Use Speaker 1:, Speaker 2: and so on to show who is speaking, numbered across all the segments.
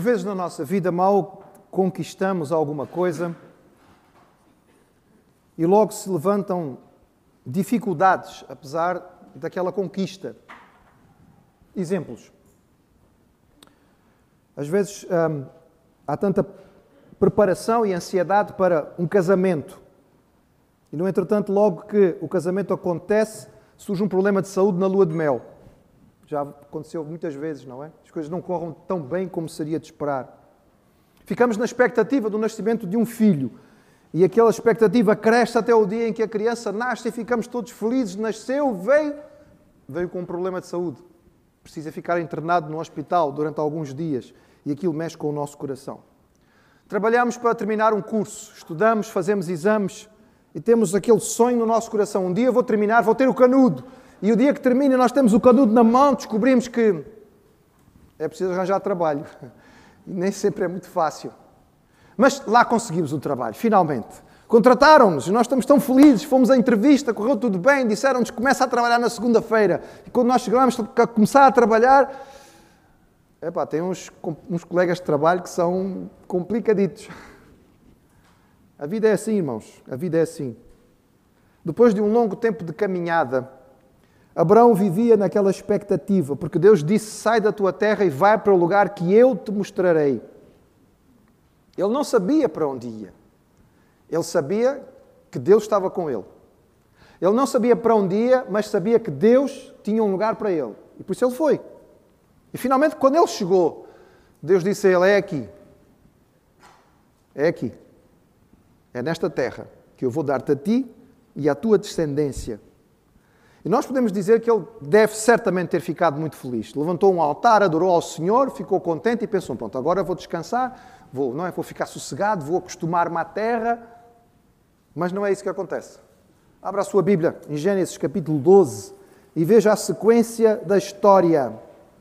Speaker 1: Às vezes na nossa vida mal conquistamos alguma coisa e logo se levantam dificuldades, apesar daquela conquista. Exemplos. Às vezes há tanta preparação e ansiedade para um casamento. E, no entretanto, logo que o casamento acontece, surge um problema de saúde na lua de mel. Já aconteceu muitas vezes, não é? As coisas não corram tão bem como seria de esperar. Ficamos na expectativa do nascimento de um filho. E aquela expectativa cresce até o dia em que a criança nasce e ficamos todos felizes. Nasceu, veio com um problema de saúde. Precisa ficar internado no hospital durante alguns dias. E aquilo mexe com o nosso coração. Trabalhamos para terminar um curso. Estudamos, fazemos exames. E temos aquele sonho no nosso coração. Um dia vou terminar, vou ter o canudo. E o dia que termina, nós temos o canudo na mão, descobrimos que é preciso arranjar trabalho. E nem sempre é muito fácil. Mas lá conseguimos o trabalho, finalmente. Contrataram-nos, nós estamos tão felizes, fomos à entrevista, correu tudo bem, disseram-nos que começa a trabalhar na segunda-feira. E quando nós chegamos a começar a trabalhar, tem uns colegas de trabalho que são complicaditos. A vida é assim, irmãos, a vida é assim. Depois de um longo tempo de caminhada, Abraão vivia naquela expectativa, porque Deus disse, sai da tua terra e vai para o lugar que eu te mostrarei. Ele não sabia para onde ia. Ele sabia que Deus estava com ele. Ele não sabia para onde ia, mas sabia que Deus tinha um lugar para ele. E por isso ele foi. E finalmente, quando ele chegou, Deus disse a ele, é aqui. É aqui. É nesta terra que eu vou dar-te a ti e à tua descendência. E nós podemos dizer que ele deve certamente ter ficado muito feliz. Levantou um altar, adorou ao Senhor, ficou contente e pensou, pronto, agora vou descansar, vou ficar sossegado, vou acostumar-me à terra. Mas não é isso que acontece. Abra a sua Bíblia em Gênesis capítulo 12 e veja a sequência da história.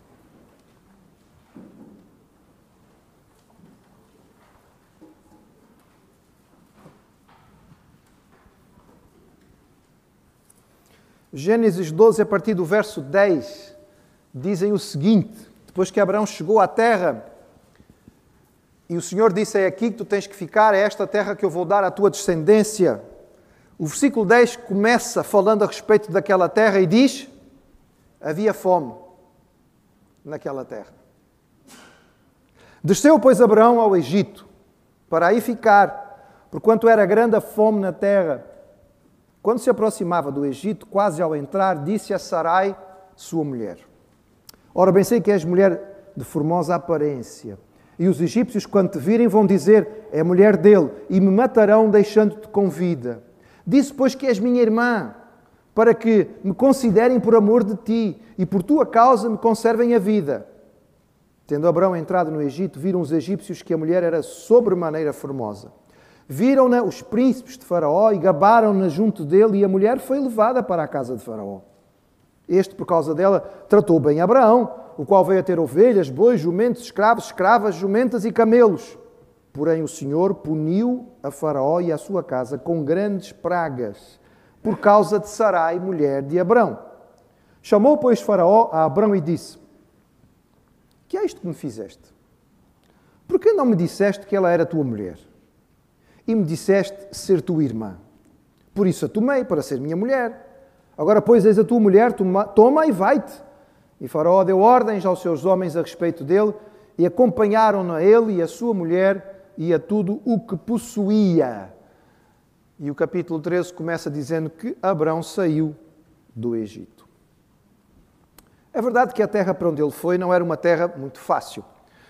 Speaker 1: Gênesis 12, a partir do verso 10, dizem o seguinte, depois que Abraão chegou à terra, e o Senhor disse, é aqui que tu tens que ficar, é esta terra que eu vou dar à tua descendência. O versículo 10 começa falando a respeito daquela terra e diz, havia fome naquela terra. Desceu, pois, Abraão ao Egito, para aí ficar, porquanto era grande a fome na terra. Quando se aproximava do Egito, quase ao entrar, disse a Sarai, sua mulher, ora, bem sei que és mulher de formosa aparência, e os egípcios, quando te virem, vão dizer, é mulher dele, e me matarão deixando-te com vida. Disse, pois, que és minha irmã, para que me considerem por amor de ti, e por tua causa me conservem a vida. Tendo Abraão entrado no Egito, viram os egípcios que a mulher era sobremaneira formosa. Viram-na os príncipes de Faraó e gabaram-na junto dele, e a mulher foi levada para a casa de Faraó. Este, por causa dela, tratou bem Abraão, o qual veio a ter ovelhas, bois, jumentos, escravos, escravas, jumentas e camelos. Porém, o Senhor puniu a Faraó e a sua casa com grandes pragas, por causa de Sarai, mulher de Abrão. Chamou, pois, Faraó a Abrão e disse, que é isto que me fizeste? Por que não me disseste que ela era tua mulher? E me disseste ser tua irmã. Por isso a tomei para ser minha mulher. Agora, pois, és a tua mulher, toma e vai-te. E Faraó deu ordens aos seus homens a respeito dele, e acompanharam-no a ele e a sua mulher e a tudo o que possuía. E o capítulo 13 começa dizendo que Abrão saiu do Egito. É verdade que a terra para onde ele foi não era uma terra muito fácil.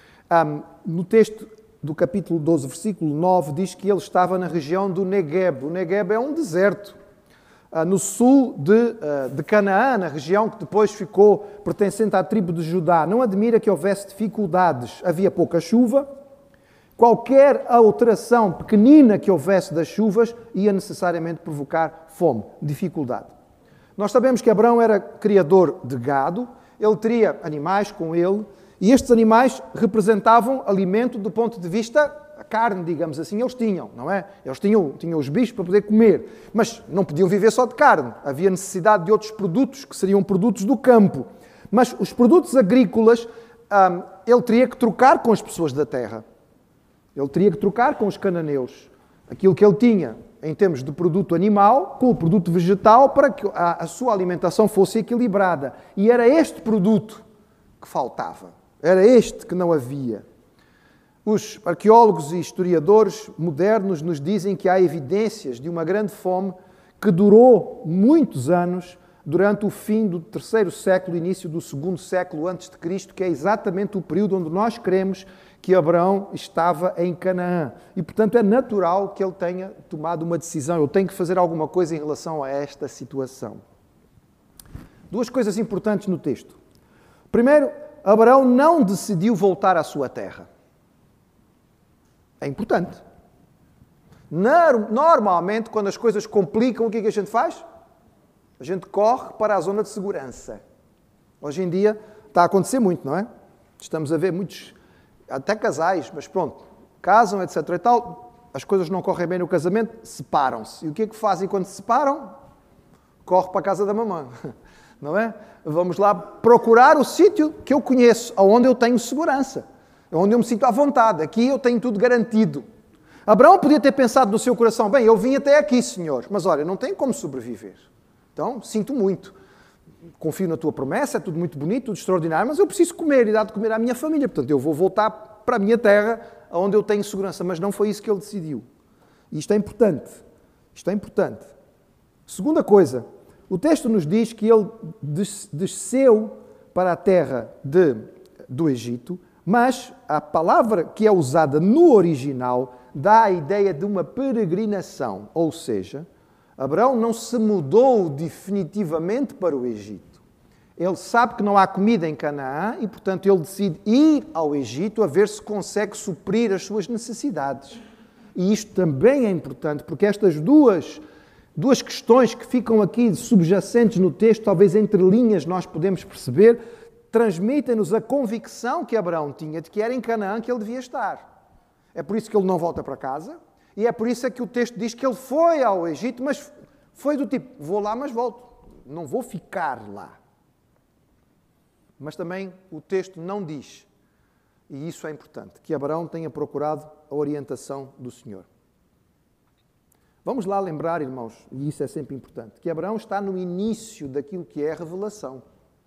Speaker 1: No texto do capítulo 12, versículo 9, diz que ele estava na região do Negueb. O Negueb é um deserto, no sul de Canaã, na região que depois ficou pertencente à tribo de Judá. Não admira que houvesse dificuldades. Havia pouca chuva. Qualquer alteração pequenina que houvesse das chuvas ia necessariamente provocar fome, dificuldade. Nós sabemos que Abraão era criador de gado, ele teria animais com ele, e estes animais representavam alimento do ponto de vista a carne, digamos assim, eles tinham, não é? Eles tinham os bichos para poder comer, mas não podiam viver só de carne. Havia necessidade de outros produtos, que seriam produtos do campo. Mas os produtos agrícolas ele teria que trocar com as pessoas da terra. Ele teria que trocar com os cananeus aquilo que ele tinha em termos de produto animal com o produto vegetal para que a sua alimentação fosse equilibrada. E era este produto que faltava. Era este que não havia. Os arqueólogos e historiadores modernos nos dizem que há evidências de uma grande fome que durou muitos anos durante o fim do terceiro século, início do segundo século antes de Cristo, que é exatamente o período onde nós cremos que Abraão estava em Canaã. E, portanto, é natural que ele tenha tomado uma decisão. Eu tenho que fazer alguma coisa em relação a esta situação. Duas coisas importantes no texto. Primeiro, Abraão não decidiu voltar à sua terra. É importante. Normalmente, quando as coisas complicam, o que é que a gente faz? A gente corre para a zona de segurança. Hoje em dia está a acontecer muito, não é? Estamos a ver muitos, até casais, mas pronto, casam, etc. e tal, as coisas não correm bem no casamento, separam-se. E o que é que fazem quando se separam? Corre para a casa da mamãe, não é? Vamos lá procurar o sítio que eu conheço, onde eu tenho segurança, onde eu me sinto à vontade. Aqui eu tenho tudo garantido. Abraão podia ter pensado no seu coração, bem, eu vim até aqui, Senhor, mas olha, não tenho como sobreviver. Então, sinto muito. Confio na tua promessa, é tudo muito bonito, tudo extraordinário, mas eu preciso comer e dar de comer à minha família. Portanto, eu vou voltar para a minha terra, onde eu tenho segurança. Mas não foi isso que ele decidiu. E isto é importante. Isto é importante. Segunda coisa, o texto nos diz que ele desceu para a terra do Egito, mas a palavra que é usada no original dá a ideia de uma peregrinação, ou seja, Abraão não se mudou definitivamente para o Egito. Ele sabe que não há comida em Canaã e, portanto, ele decide ir ao Egito a ver se consegue suprir as suas necessidades. E isto também é importante, porque estas duas questões que ficam aqui subjacentes no texto, talvez entre linhas nós podemos perceber, transmitem-nos a convicção que Abraão tinha de que era em Canaã que ele devia estar. É por isso que ele não volta para casa. E é por isso é que o texto diz que ele foi ao Egito, mas foi do tipo, vou lá, mas volto. Não vou ficar lá. Mas também o texto não diz, e isso é importante, que Abraão tenha procurado a orientação do Senhor. Vamos lá lembrar, irmãos, e isso é sempre importante, que Abraão está no início daquilo que é a revelação.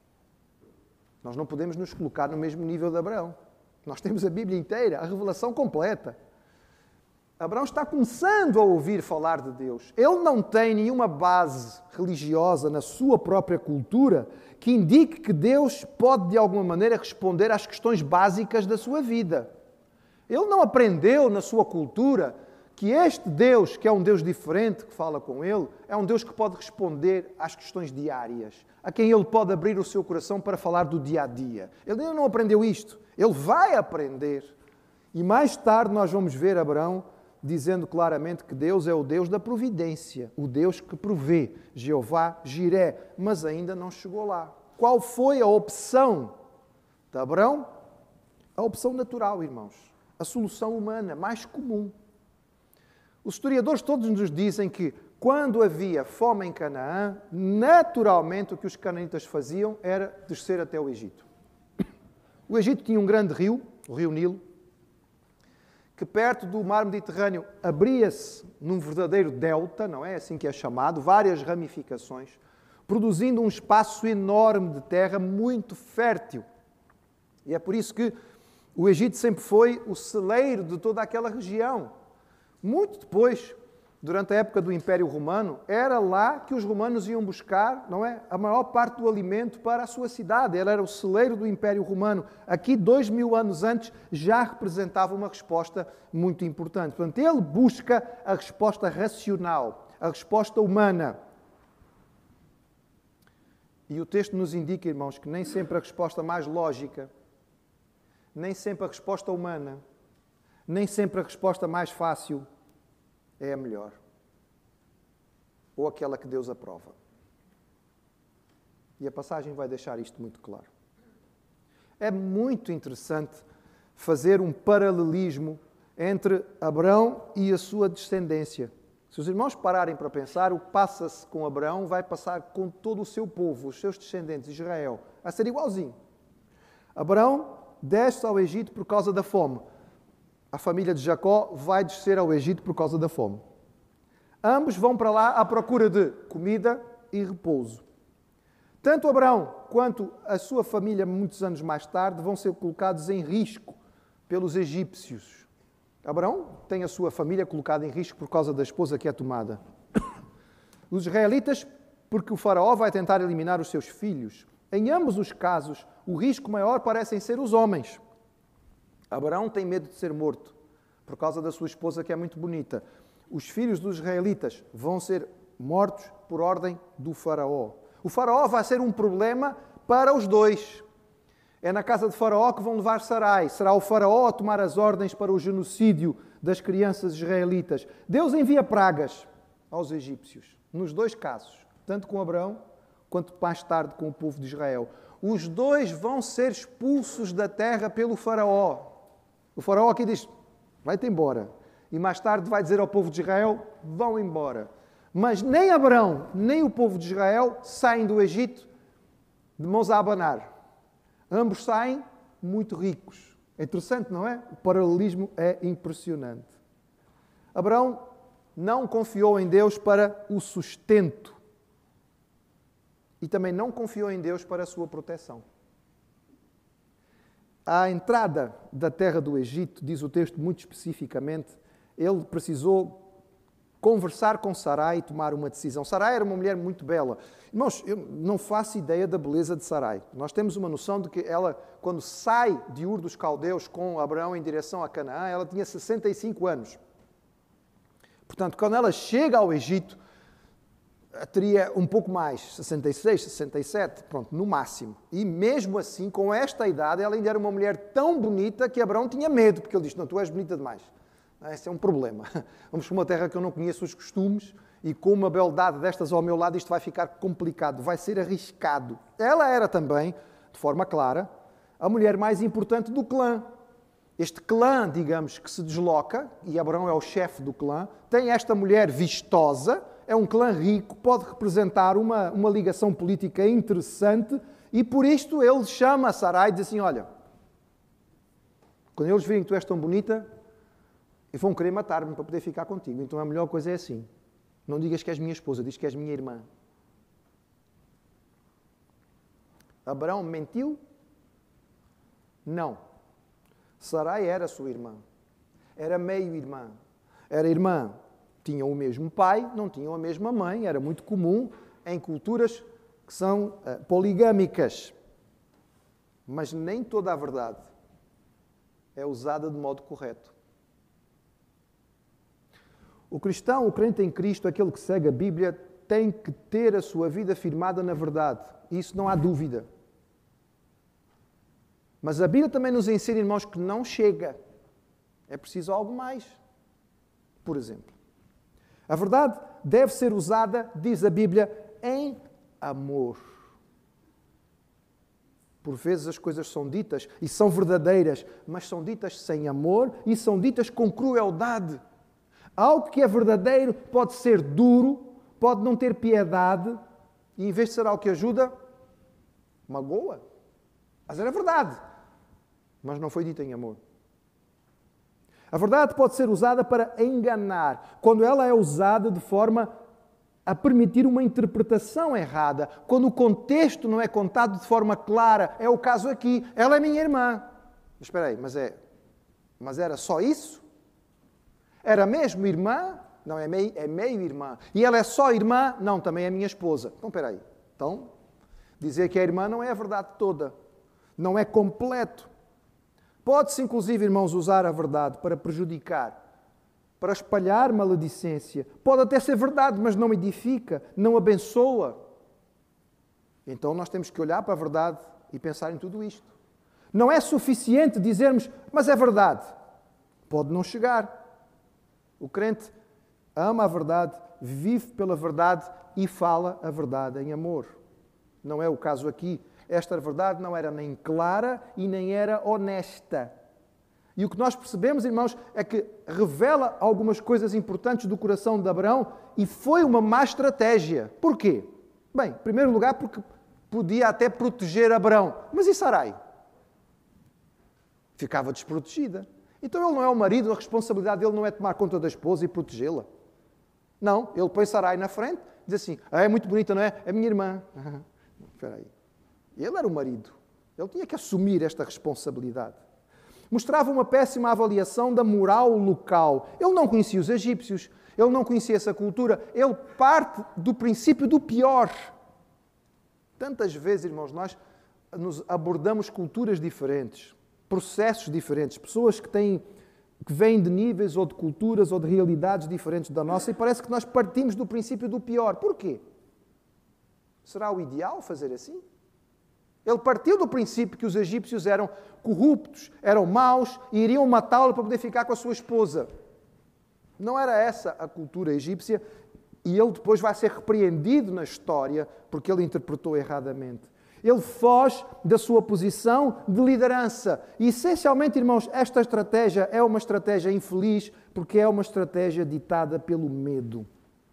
Speaker 1: Nós não podemos nos colocar no mesmo nível de Abraão. Nós temos a Bíblia inteira, a revelação completa. Abraão está começando a ouvir falar de Deus. Ele não tem nenhuma base religiosa na sua própria cultura que indique que Deus pode, de alguma maneira, responder às questões básicas da sua vida. Ele não aprendeu na sua cultura que este Deus, que é um Deus diferente, que fala com ele, é um Deus que pode responder às questões diárias, a quem ele pode abrir o seu coração para falar do dia a dia. Ele ainda não aprendeu isto. Ele vai aprender. E mais tarde nós vamos ver Abraão dizendo claramente que Deus é o Deus da providência, o Deus que provê, Jeová Jiré, mas ainda não chegou lá. Qual foi a opção de Abraão? A opção natural, irmãos, a solução humana mais comum. Os historiadores todos nos dizem que quando havia fome em Canaã, naturalmente o que os canaanitas faziam era descer até o Egito. O Egito tinha um grande rio, o rio Nilo, que perto do mar Mediterrâneo abria-se num verdadeiro delta, não é assim que é chamado, várias ramificações, produzindo um espaço enorme de terra muito fértil. E é por isso que o Egito sempre foi o celeiro de toda aquela região. Muito depois, durante a época do Império Romano, era lá que os romanos iam buscar, não é, a maior parte do alimento para a sua cidade. Ele era o celeiro do Império Romano. Aqui, 2000 anos antes, já representava uma resposta muito importante. Portanto, ele busca a resposta racional, a resposta humana. E o texto nos indica, irmãos, que nem sempre a resposta mais lógica, nem sempre a resposta humana, nem sempre a resposta mais fácil é a melhor. Ou aquela que Deus aprova. E a passagem vai deixar isto muito claro. É muito interessante fazer um paralelismo entre Abraão e a sua descendência. Se os irmãos pararem para pensar, o que passa-se com Abraão vai passar com todo o seu povo, os seus descendentes, Israel. Vai ser igualzinho. Abraão desce ao Egito por causa da fome. A família de Jacó vai descer ao Egito por causa da fome. Ambos vão para lá à procura de comida e repouso. Tanto Abraão quanto a sua família, muitos anos mais tarde, vão ser colocados em risco pelos egípcios. Abraão tem a sua família colocada em risco por causa da esposa que é tomada. Os israelitas, porque o faraó vai tentar eliminar os seus filhos. Em ambos os casos, o risco maior parecem ser os homens. Abraão tem medo de ser morto por causa da sua esposa que é muito bonita. Os filhos dos israelitas vão ser mortos por ordem do faraó. O faraó vai ser um problema para os dois. É na casa de faraó que vão levar Sarai. Será o faraó a tomar as ordens para o genocídio das crianças israelitas. Deus envia pragas aos egípcios, nos dois casos, tanto com Abraão quanto mais tarde com o povo de Israel. Os dois vão ser expulsos da terra pelo faraó. O faraó aqui diz, vai-te embora. E mais tarde vai dizer ao povo de Israel, vão embora. Mas nem Abraão, nem o povo de Israel saem do Egito de mãos a abanar. Ambos saem muito ricos. É interessante, não é? O paralelismo é impressionante. Abraão não confiou em Deus para o sustento e também não confiou em Deus para a sua proteção. À entrada da terra do Egito, diz o texto muito especificamente, ele precisou conversar com Sarai e tomar uma decisão. Sarai era uma mulher muito bela. Irmãos, eu não faço ideia da beleza de Sarai. Nós temos uma noção de que ela, quando sai de Ur dos Caldeus com Abraão em direção a Canaã, ela tinha 65 anos. Portanto, quando ela chega ao Egito, teria um pouco mais, 66, 67, pronto, no máximo. E mesmo assim, com esta idade, ela ainda era uma mulher tão bonita que Abraão tinha medo, porque ele disse, não, tu és bonita demais. Esse é um problema. Vamos para uma terra que eu não conheço os costumes e com uma beldade destas ao meu lado isto vai ficar complicado, vai ser arriscado. Ela era também, de forma clara, a mulher mais importante do clã. Este clã, digamos, que se desloca, e Abraão é o chefe do clã, tem esta mulher vistosa, é um clã rico, pode representar uma ligação política interessante e por isto ele chama a Sarai e diz assim, olha, quando eles virem que tu és tão bonita, e vão querer matar-me para poder ficar contigo. Então a melhor coisa é assim. Não digas que és minha esposa, diz que és minha irmã. Abraão mentiu? Não. Sarai era sua irmã. Era meio-irmã. Era irmã. Tinham o mesmo pai, não tinham a mesma mãe. Era muito comum em culturas que são poligâmicas. Mas nem toda a verdade é usada de modo correto. O cristão, o crente em Cristo, aquele que segue a Bíblia, tem que ter a sua vida firmada na verdade. Isso não há dúvida. Mas a Bíblia também nos ensina, irmãos, que não chega. É preciso algo mais. Por exemplo, a verdade deve ser usada, diz a Bíblia, em amor. Por vezes as coisas são ditas e são verdadeiras, mas são ditas sem amor e são ditas com crueldade. Algo que é verdadeiro pode ser duro, pode não ter piedade, e em vez de ser algo que ajuda, magoa. Mas era verdade, mas não foi dito em amor. A verdade pode ser usada para enganar, quando ela é usada de forma a permitir uma interpretação errada, quando o contexto não é contado de forma clara. É o caso aqui, ela é minha irmã. Mas espera aí, mas era só isso? Era mesmo irmã? Não, é meio-irmã. E ela é só irmã? Não, também é minha esposa. Então, espera aí. Então, dizer que é irmã não é a verdade toda. Não é completo. Pode-se, inclusive, irmãos, usar a verdade para prejudicar, para espalhar maledicência. Pode até ser verdade, mas não edifica, não abençoa. Então, nós temos que olhar para a verdade e pensar em tudo isto. Não é suficiente dizermos, mas é verdade. Pode não chegar. O crente ama a verdade, vive pela verdade e fala a verdade em amor. Não é o caso aqui. Esta verdade não era nem clara e nem era honesta. E o que nós percebemos, irmãos, é que revela algumas coisas importantes do coração de Abraão e foi uma má estratégia. Porquê? Bem, em primeiro lugar, porque podia até proteger Abraão. Mas e Sarai? ficava desprotegida. Então ele não é o marido, a responsabilidade dele não é tomar conta da esposa e protegê-la. Não, ele põe Sarai na frente, diz assim, é muito bonita, não é? É minha irmã. Espera aí. Ele era o marido. Ele tinha que assumir esta responsabilidade. Mostrava uma péssima avaliação da moral local. Ele não conhecia os egípcios, ele não conhecia essa cultura, ele parte do princípio do pior. Tantas vezes, irmãos, nós nos abordamos culturas diferentes, processos diferentes, pessoas que vêm de níveis ou de culturas ou de realidades diferentes da nossa e parece que nós partimos do princípio do pior. Porquê? Será o ideal fazer assim? Ele partiu do princípio que os egípcios eram corruptos, eram maus e iriam matá-lo para poder ficar com a sua esposa. Não era essa a cultura egípcia e ele depois vai ser repreendido na história porque ele interpretou erradamente. Ele foge da sua posição de liderança. E, essencialmente, irmãos, esta estratégia é uma estratégia infeliz porque é uma estratégia ditada pelo medo.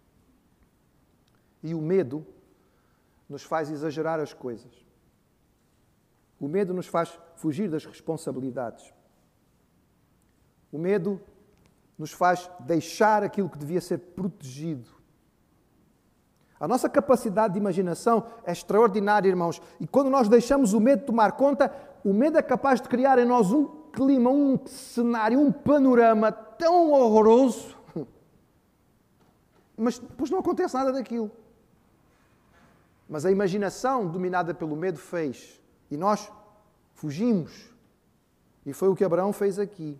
Speaker 1: E o medo nos faz exagerar as coisas. O medo nos faz fugir das responsabilidades. O medo nos faz deixar aquilo que devia ser protegido. A nossa capacidade de imaginação é extraordinária, irmãos. E quando nós deixamos o medo tomar conta, o medo é capaz de criar em nós um clima, um cenário, um panorama tão horroroso. Mas depois não acontece nada daquilo. Mas a imaginação dominada pelo medo fez. E nós fugimos. E foi o que Abraão fez aqui.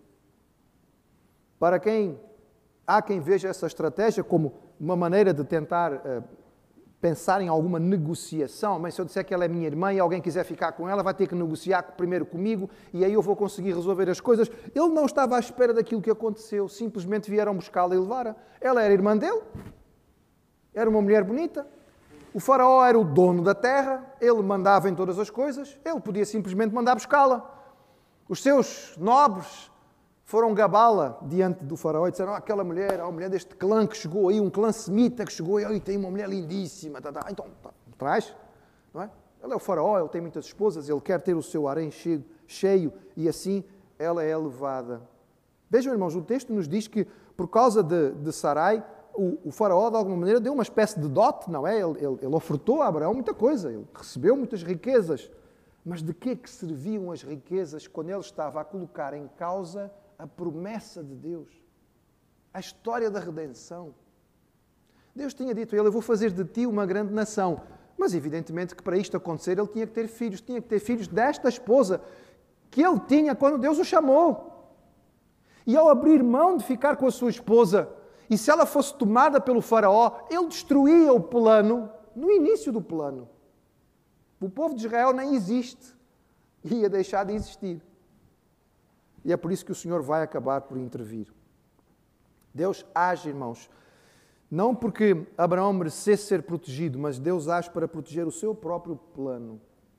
Speaker 1: Há quem veja essa estratégia como uma maneira de tentar pensar em alguma negociação. Mas se eu disser que ela é minha irmã e alguém quiser ficar com ela, vai ter que negociar primeiro comigo e aí eu vou conseguir resolver as coisas. Ele não estava à espera daquilo que aconteceu. Simplesmente vieram buscá-la e levaram. Ela era irmã dele. Era uma mulher bonita. O faraó era o dono da terra, ele mandava em todas as coisas, ele podia simplesmente mandar buscá-la. Os seus nobres foram gabá-la diante do faraó e disseram, aquela mulher, a mulher deste clã que chegou aí, um clã semita que chegou aí, tem uma mulher lindíssima, então, traz, não é? Ele é o faraó, ele tem muitas esposas, ele quer ter o seu harém cheio e assim ela é levada. Vejam, irmãos, o texto nos diz que por causa de Sarai, o faraó, de alguma maneira, deu uma espécie de dote, não é? Ele ofertou a Abraão muita coisa, ele recebeu muitas riquezas. Mas de que serviam as riquezas quando ele estava a colocar em causa a promessa de Deus? A história da redenção. Deus tinha dito a ele, eu vou fazer de ti uma grande nação. Mas, evidentemente, que para isto acontecer, ele tinha que ter filhos desta esposa que ele tinha quando Deus o chamou. E ao abrir mão de ficar com a sua esposa, e se ela fosse tomada pelo faraó, ele destruía o plano no início do plano. O povo de Israel nem existe. Ia deixar de existir. E é por isso que o Senhor vai acabar por intervir. Deus age, irmãos, não porque Abraão merecesse ser protegido, mas Deus age para proteger o seu próprio plano.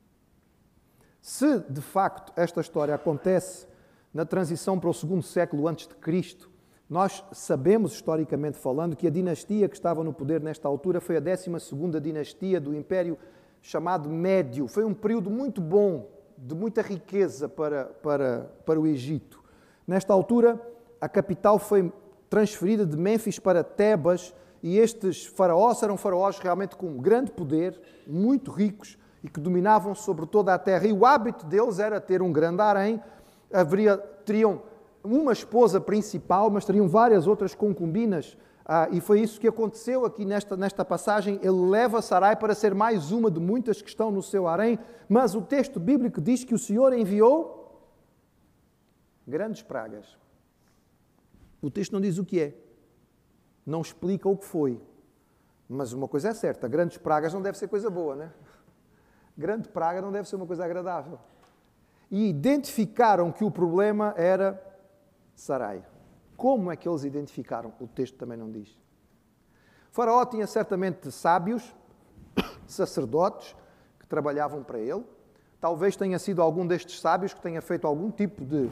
Speaker 1: Se, de facto, esta história acontece na transição para o 2º século antes de Cristo, nós sabemos, historicamente falando, que a dinastia que estava no poder nesta altura foi a 12ª dinastia do Império chamado Médio. Foi um período muito bom, de muita riqueza para o Egito. Nesta altura, a capital foi transferida de Mênfis para Tebas e estes faraós eram faraós realmente com grande poder, muito ricos e que dominavam sobre toda a terra. E o hábito deles era ter um grande harém, teriam uma esposa principal, mas teriam várias outras concubinas, e foi isso que aconteceu aqui nesta passagem. Ele leva Sarai para ser mais uma de muitas que estão no seu harém, mas o texto bíblico diz que o Senhor enviou grandes pragas. O texto não diz o que é, não explica o que foi, mas uma coisa é certa, grandes pragas não deve ser coisa boa, né? Grande praga não deve ser uma coisa agradável. E identificaram que o problema era Sarai. Como é que eles identificaram? O texto também não diz. O faraó tinha certamente sábios, sacerdotes, que trabalhavam para ele. Talvez tenha sido algum destes sábios que tenha feito algum tipo de,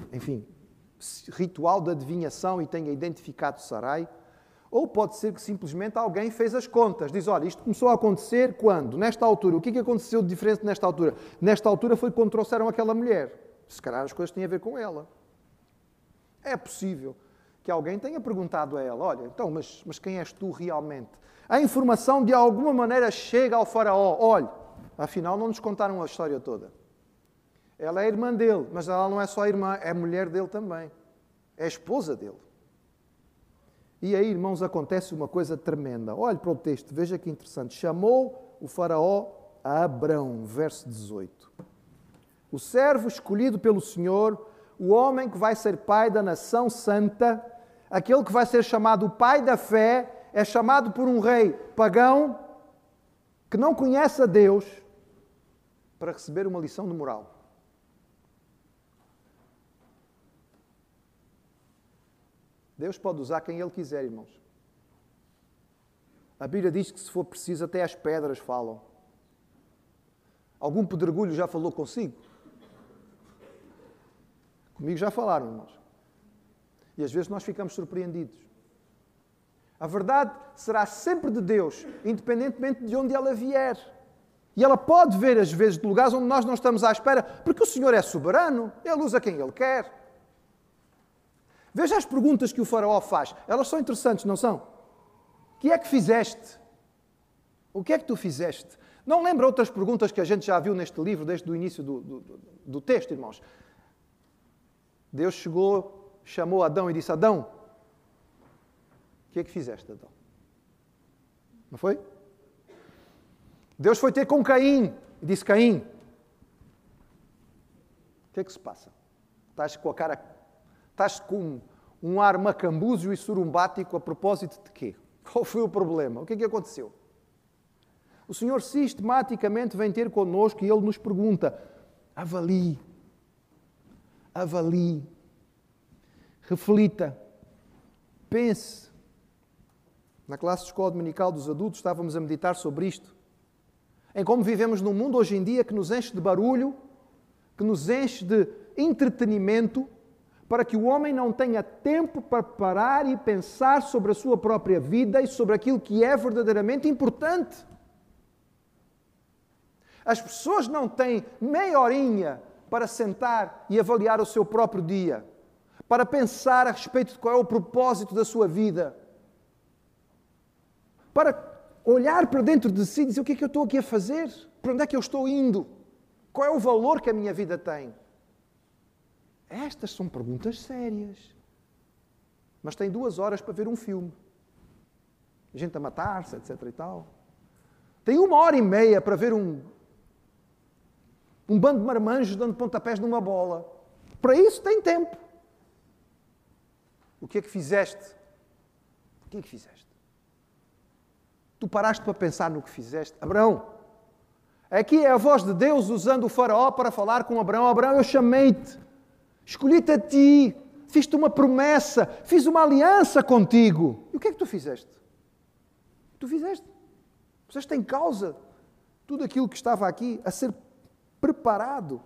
Speaker 1: ritual de adivinhação e tenha identificado Sarai. Ou pode ser que simplesmente alguém fez as contas. Diz, olha, isto começou a acontecer quando? Nesta altura. O que aconteceu de diferente nesta altura? Nesta altura foi quando trouxeram aquela mulher. Se calhar as coisas têm a ver com ela. É possível que alguém tenha perguntado a ela, olha, então, mas quem és tu realmente? A informação de alguma maneira chega ao faraó, olha, afinal não nos contaram a história toda. Ela é irmã dele, mas ela não é só irmã, é mulher dele também. É a esposa dele. E aí, irmãos, acontece uma coisa tremenda. Olhe para o texto, veja que interessante. Chamou o faraó a Abrão, verso 18. O servo escolhido pelo Senhor, o homem que vai ser pai da nação santa, aquele que vai ser chamado o pai da fé, é chamado por um rei pagão que não conhece a Deus para receber uma lição de moral. Deus pode usar quem Ele quiser, irmãos. A Bíblia diz que, se for preciso, até as pedras falam. Algum pedregulho já falou consigo? Comigo já falaram, irmãos. E às vezes nós ficamos surpreendidos. A verdade será sempre de Deus, independentemente de onde ela vier. E ela pode ver, às vezes, de lugares onde nós não estamos à espera, porque o Senhor é soberano, Ele usa quem Ele quer. Veja as perguntas que o faraó faz. Elas são interessantes, não são? O que é que fizeste? O que é que tu fizeste? Não lembra outras perguntas que a gente já viu neste livro, desde o início do texto, irmãos? Deus chegou, chamou Adão e disse, Adão, o que é que fizeste, Adão? Não foi? Deus foi ter com Caim e disse, Caim, o que é que se passa? Estás com a cara... Estás com um ar macambúzio e surumbático a propósito de quê? Qual foi o problema? O que é que aconteceu? O Senhor sistematicamente vem ter connosco e Ele nos pergunta, avalie, reflita, pense. Na classe de escola dominical dos adultos estávamos a meditar sobre isto, em como vivemos num mundo hoje em dia que nos enche de barulho, que nos enche de entretenimento, para que o homem não tenha tempo para parar e pensar sobre a sua própria vida e sobre aquilo que é verdadeiramente importante. As pessoas não têm meia horinha para sentar e avaliar o seu próprio dia, para pensar a respeito de qual é o propósito da sua vida, para olhar para dentro de si e dizer o que é que eu estou aqui a fazer, para onde é que eu estou indo, qual é o valor que a minha vida tem. Estas são perguntas sérias. Mas tem 2 horas para ver um filme. Gente a matar-se, etc. e tal. Tem 1h30 para ver um bando de marmanjos dando pontapés numa bola. Para isso tem tempo. O que é que fizeste? O que é que fizeste? Tu paraste para pensar no que fizeste? Abraão, aqui é a voz de Deus usando o faraó para falar com Abraão. Abraão, eu chamei-te. Escolhi-te a ti, fiz-te uma promessa, fiz uma aliança contigo. E o que é que tu fizeste? Tu fizeste. Puseste em causa tudo aquilo que estava aqui a ser preparado.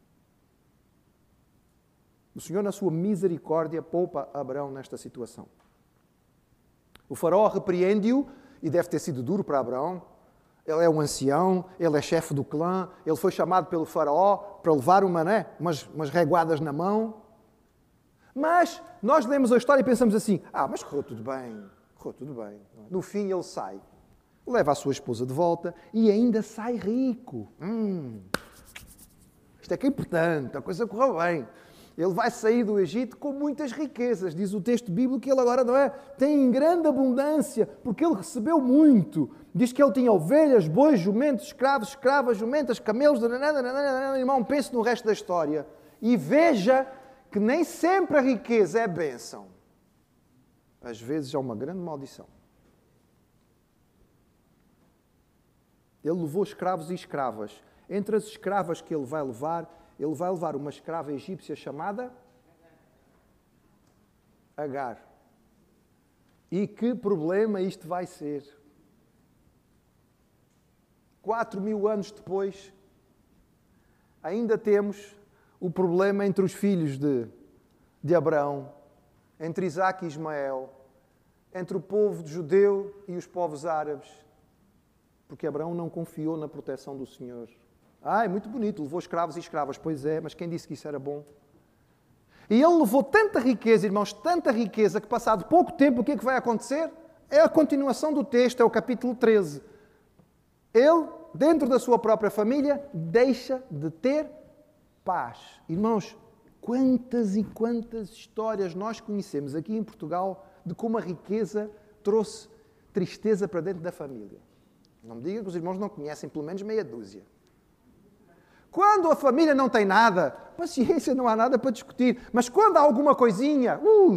Speaker 1: O Senhor, na sua misericórdia, poupa Abraão nesta situação. O faraó repreende-o, e deve ter sido duro para Abraão. Ele é um ancião, ele é chefe do clã, ele foi chamado pelo faraó para levar umas reguadas na mão. Mas nós lemos a história e pensamos assim, mas correu tudo bem. No fim ele sai, leva a sua esposa de volta e ainda sai rico. Isto é que é importante, a coisa correu bem. Ele vai sair do Egito com muitas riquezas. Diz o texto bíblico que ele agora tem em grande abundância, porque ele recebeu muito. Diz que ele tinha ovelhas, bois, jumentos, escravos, escravas, jumentas, camelos. Irmão, pense no resto da história. E veja que nem sempre a riqueza é bênção. Às vezes é uma grande maldição. Ele levou escravos e escravas. Entre as escravas que ele vai levar uma escrava egípcia chamada Agar. E que problema isto vai ser? 4.000 anos depois, ainda temos o problema entre os filhos de Abraão, entre Isaque e Ismael, entre o povo judeu e os povos árabes, porque Abraão não confiou na proteção do Senhor. Ah, é muito bonito, levou escravos e escravas. Pois é, mas quem disse que isso era bom? E ele levou tanta riqueza, irmãos, tanta riqueza, que passado pouco tempo, o que é que vai acontecer? É a continuação do texto, é o capítulo 13. Ele, dentro da sua própria família, deixa de ter paz. Irmãos, quantas e quantas histórias nós conhecemos aqui em Portugal de como a riqueza trouxe tristeza para dentro da família. Não me diga que os irmãos não conhecem pelo menos meia dúzia. Quando a família não tem nada, paciência, não há nada para discutir. Mas quando há alguma coisinha,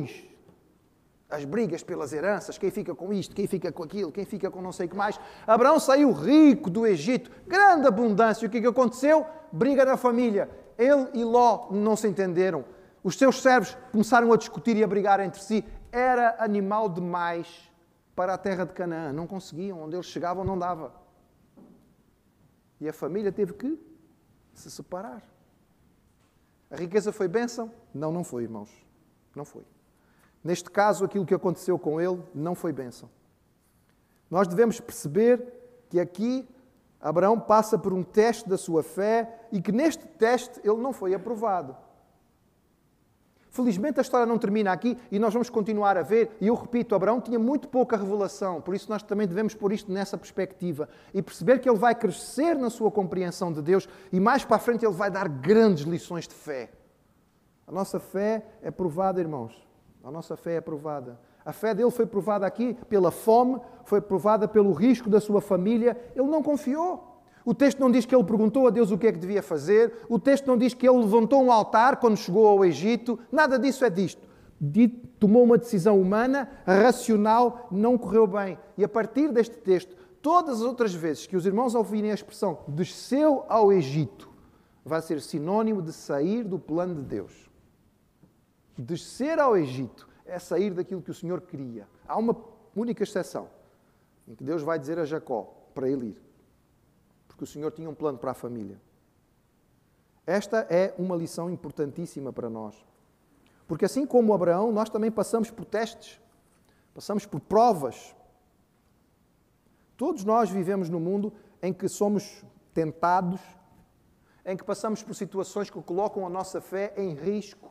Speaker 1: as brigas pelas heranças, quem fica com isto, quem fica com aquilo, quem fica com não sei o que mais. Abraão saiu rico do Egito, grande abundância. O que aconteceu? Briga na família. Ele e Ló não se entenderam. Os seus servos começaram a discutir e a brigar entre si. Era animal demais para a terra de Canaã. Não conseguiam, onde eles chegavam não dava. E a família teve que se separar. A riqueza foi bênção? Não, não foi, irmãos. Não foi. Neste caso, aquilo que aconteceu com ele não foi bênção. Nós devemos perceber que aqui Abraão passa por um teste da sua fé e que neste teste ele não foi aprovado. Felizmente a história não termina aqui e nós vamos continuar a ver. E eu repito, Abraão tinha muito pouca revelação, por isso nós também devemos pôr isto nessa perspectiva e perceber que ele vai crescer na sua compreensão de Deus e mais para a frente ele vai dar grandes lições de fé. A nossa fé é provada, irmãos. A nossa fé é provada. A fé dele foi provada aqui pela fome, foi provada pelo risco da sua família. Ele não confiou. O texto não diz que ele perguntou a Deus o que é que devia fazer. O texto não diz que ele levantou um altar quando chegou ao Egito. Nada disso é disto. Tomou uma decisão humana, racional, não correu bem. E a partir deste texto, todas as outras vezes que os irmãos ouvirem a expressão desceu ao Egito, vai ser sinónimo de sair do plano de Deus. Descer ao Egito é sair daquilo que o Senhor queria. Há uma única exceção, em que Deus vai dizer a Jacó para ele ir. Porque o Senhor tinha um plano para a família. Esta é uma lição importantíssima para nós. Porque assim como Abraão, nós também passamos por testes, passamos por provas. Todos nós vivemos num mundo em que somos tentados, em que passamos por situações que colocam a nossa fé em risco.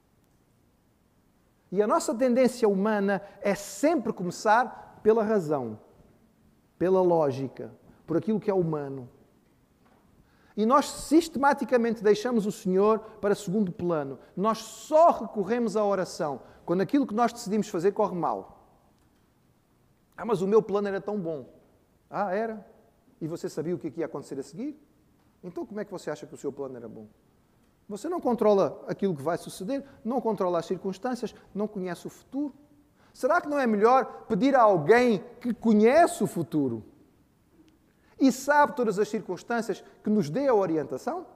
Speaker 1: E a nossa tendência humana é sempre começar pela razão, pela lógica, por aquilo que é humano. E nós sistematicamente deixamos o Senhor para segundo plano. Nós só recorremos à oração quando aquilo que nós decidimos fazer corre mal. Ah, mas o meu plano era tão bom. Ah, era? E você sabia o que ia acontecer a seguir? Então como é que você acha que o seu plano era bom? Você não controla aquilo que vai suceder, não controla as circunstâncias, não conhece o futuro. Será que não é melhor pedir a alguém que conhece o futuro e sabe todas as circunstâncias que nos dê a orientação?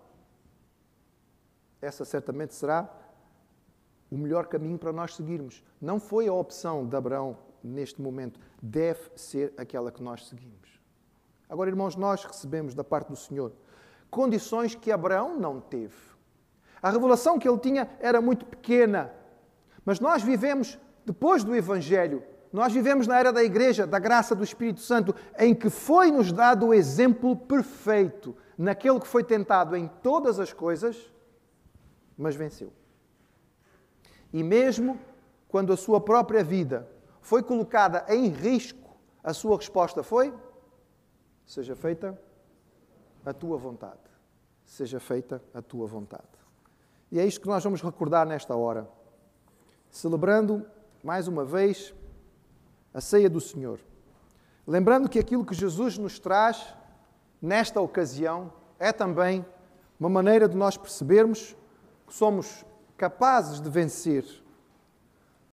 Speaker 1: Essa certamente será o melhor caminho para nós seguirmos. Não foi a opção de Abraão neste momento, deve ser aquela que nós seguimos. Agora, irmãos, nós recebemos da parte do Senhor condições que Abraão não teve. A revelação que ele tinha era muito pequena, mas nós vivemos, depois do Evangelho, nós vivemos na era da Igreja, da graça do Espírito Santo, em que foi-nos dado o exemplo perfeito, naquele que foi tentado em todas as coisas, mas venceu. E mesmo quando a sua própria vida foi colocada em risco, a sua resposta foi: seja feita a tua vontade. Seja feita a tua vontade. E é isto que nós vamos recordar nesta hora, celebrando, mais uma vez, a ceia do Senhor. Lembrando que aquilo que Jesus nos traz, nesta ocasião, é também uma maneira de nós percebermos que somos capazes de vencer